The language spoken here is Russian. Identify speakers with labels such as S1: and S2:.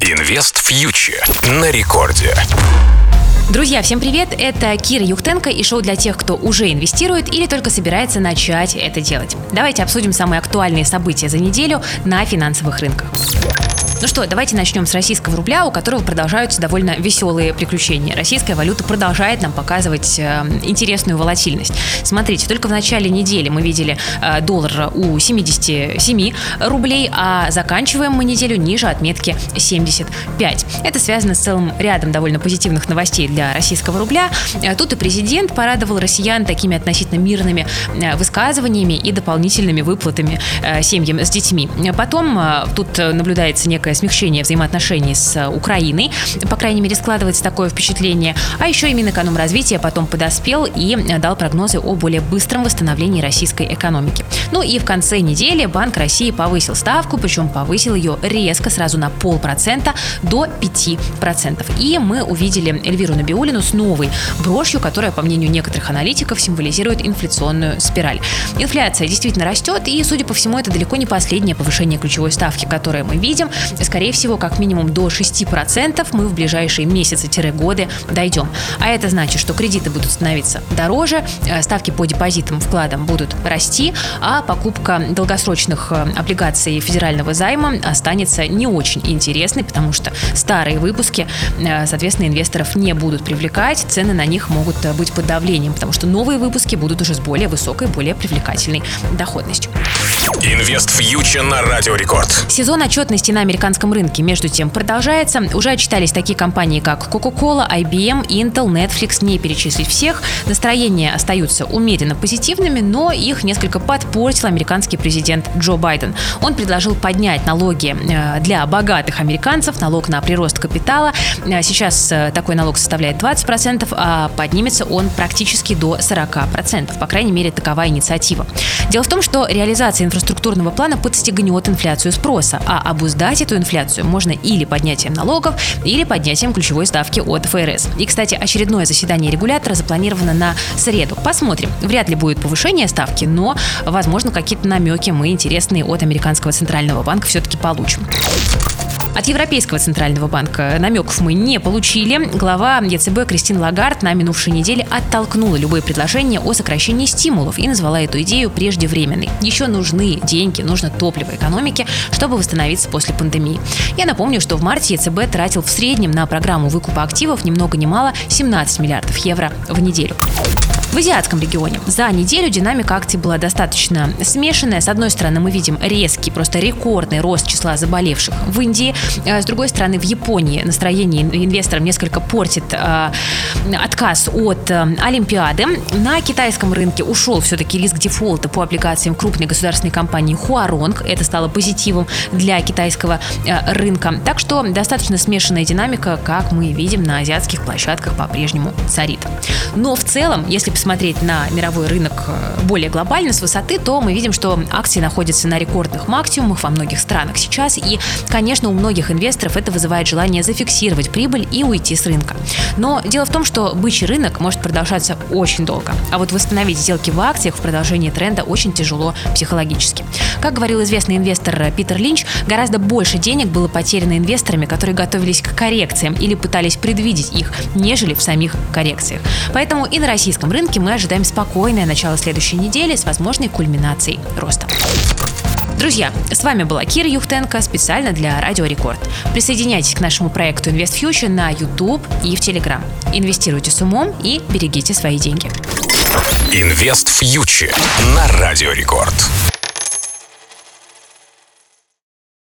S1: Инвест Фьючер на рекорде.
S2: Друзья, всем привет! Это Кира Юхтенко и шоу для тех, кто уже инвестирует или только собирается начать это делать. Давайте обсудим самые актуальные события за неделю на финансовых рынках. Ну что, давайте начнем с российского рубля, у которого продолжаются довольно веселые приключения. Российская валюта продолжает нам показывать интересную волатильность. Смотрите, только в начале недели мы видели доллар у 77 рублей, а заканчиваем мы неделю ниже отметки 75. Это связано с целым рядом довольно позитивных новостей для российского рубля. Тут и президент порадовал россиян такими относительно мирными высказываниями и дополнительными выплатами семьям с детьми. Потом тут наблюдается некое смягчение взаимоотношений с Украиной, по крайней мере, складывается такое впечатление. А еще и Минэкономразвития потом подоспел и дал прогнозы о более быстром восстановлении российской экономики. Ну и в конце недели Банк России повысил ставку, причем повысил ее резко, сразу на 0,5% до 5%. И мы увидели Эльвиру Набиуллину с новой брошью, которая, по мнению некоторых аналитиков, символизирует инфляционную спираль. Инфляция действительно растет, и, судя по всему, это далеко не последнее повышение ключевой ставки, которое мы видим. Скорее всего, как минимум до 6% мы в ближайшие месяцы-годы дойдем. А это значит, что кредиты будут становиться дороже, ставки по депозитам, вкладам будут расти, а покупка долгосрочных облигаций федерального займа останется не очень интересной, потому что старые выпуски, соответственно, инвесторов не будут привлекать, цены на них могут быть под давлением, потому что новые выпуски будут уже с более высокой, более привлекательной доходностью.
S1: Инвест Фьючер на Радио Рекорд.
S2: Сезон отчетности на американском рынке, между тем, продолжается. Уже отчитались такие компании, как Coca-Cola, IBM, Intel, Netflix, не перечислить всех. Настроения остаются умеренно позитивными, но их несколько подпортил американский президент Джо Байден. Он предложил поднять налоги для богатых американцев, налог на прирост капитала. Сейчас такой налог составляет 20%, а поднимется он практически до 40%. По крайней мере, такова инициатива. Дело в том, что реализация инфраструктурного плана подстегнет инфляцию спроса, а обуздать эту инфляцию можно или поднятием налогов, или поднятием ключевой ставки от ФРС. И, кстати, очередное заседание регулятора запланировано на среду. Посмотрим. Вряд ли будет повышение ставки, но, возможно, какие-то намеки мы интересные от американского центрального банка все-таки получим. От Европейского центрального банка намеков мы не получили. Глава ЕЦБ Кристин Лагард на минувшей неделе оттолкнула любые предложения о сокращении стимулов и назвала эту идею преждевременной. Еще нужны деньги, нужно топливо экономике, чтобы восстановиться после пандемии. Я напомню, что в марте ЕЦБ тратил в среднем на программу выкупа активов ни много ни мало 17 миллиардов евро в неделю. В азиатском регионе за неделю динамика акций была достаточно смешанная. С одной стороны, мы видим резкий, просто рекордный рост числа заболевших в Индии. С другой стороны, в Японии настроение инвесторам несколько портит отказ от Олимпиады. На китайском рынке ушел все-таки риск дефолта по облигациям крупной государственной компании Huarong. Это стало позитивом для китайского рынка. Так что достаточно смешанная динамика, как мы видим, на азиатских площадках по-прежнему царит. Но в целом, если посмотреть на мировой рынок более глобально с высоты, то мы видим, что акции находятся на рекордных максимумах во многих странах сейчас. И, конечно, у многих инвесторов это вызывает желание зафиксировать прибыль и уйти с рынка. Но дело в том, что бычий рынок может продолжаться очень долго. А вот восстановить сделки в акциях в продолжении тренда очень тяжело психологически. Как говорил известный инвестор Питер Линч, гораздо больше денег было потеряно инвесторами, которые готовились к коррекциям или пытались предвидеть их, нежели в самих коррекциях. Поэтому и на российском рынке мы ожидаем спокойное начало следующей недели с возможной кульминацией роста. Друзья, с вами была Кира Юхтенко специально для Радио Рекорд. Присоединяйтесь к нашему проекту Инвест Фьючер на YouTube и в Telegram. Инвестируйте с умом и берегите свои деньги.
S1: Инвест Фьючер на Радио Рекорд.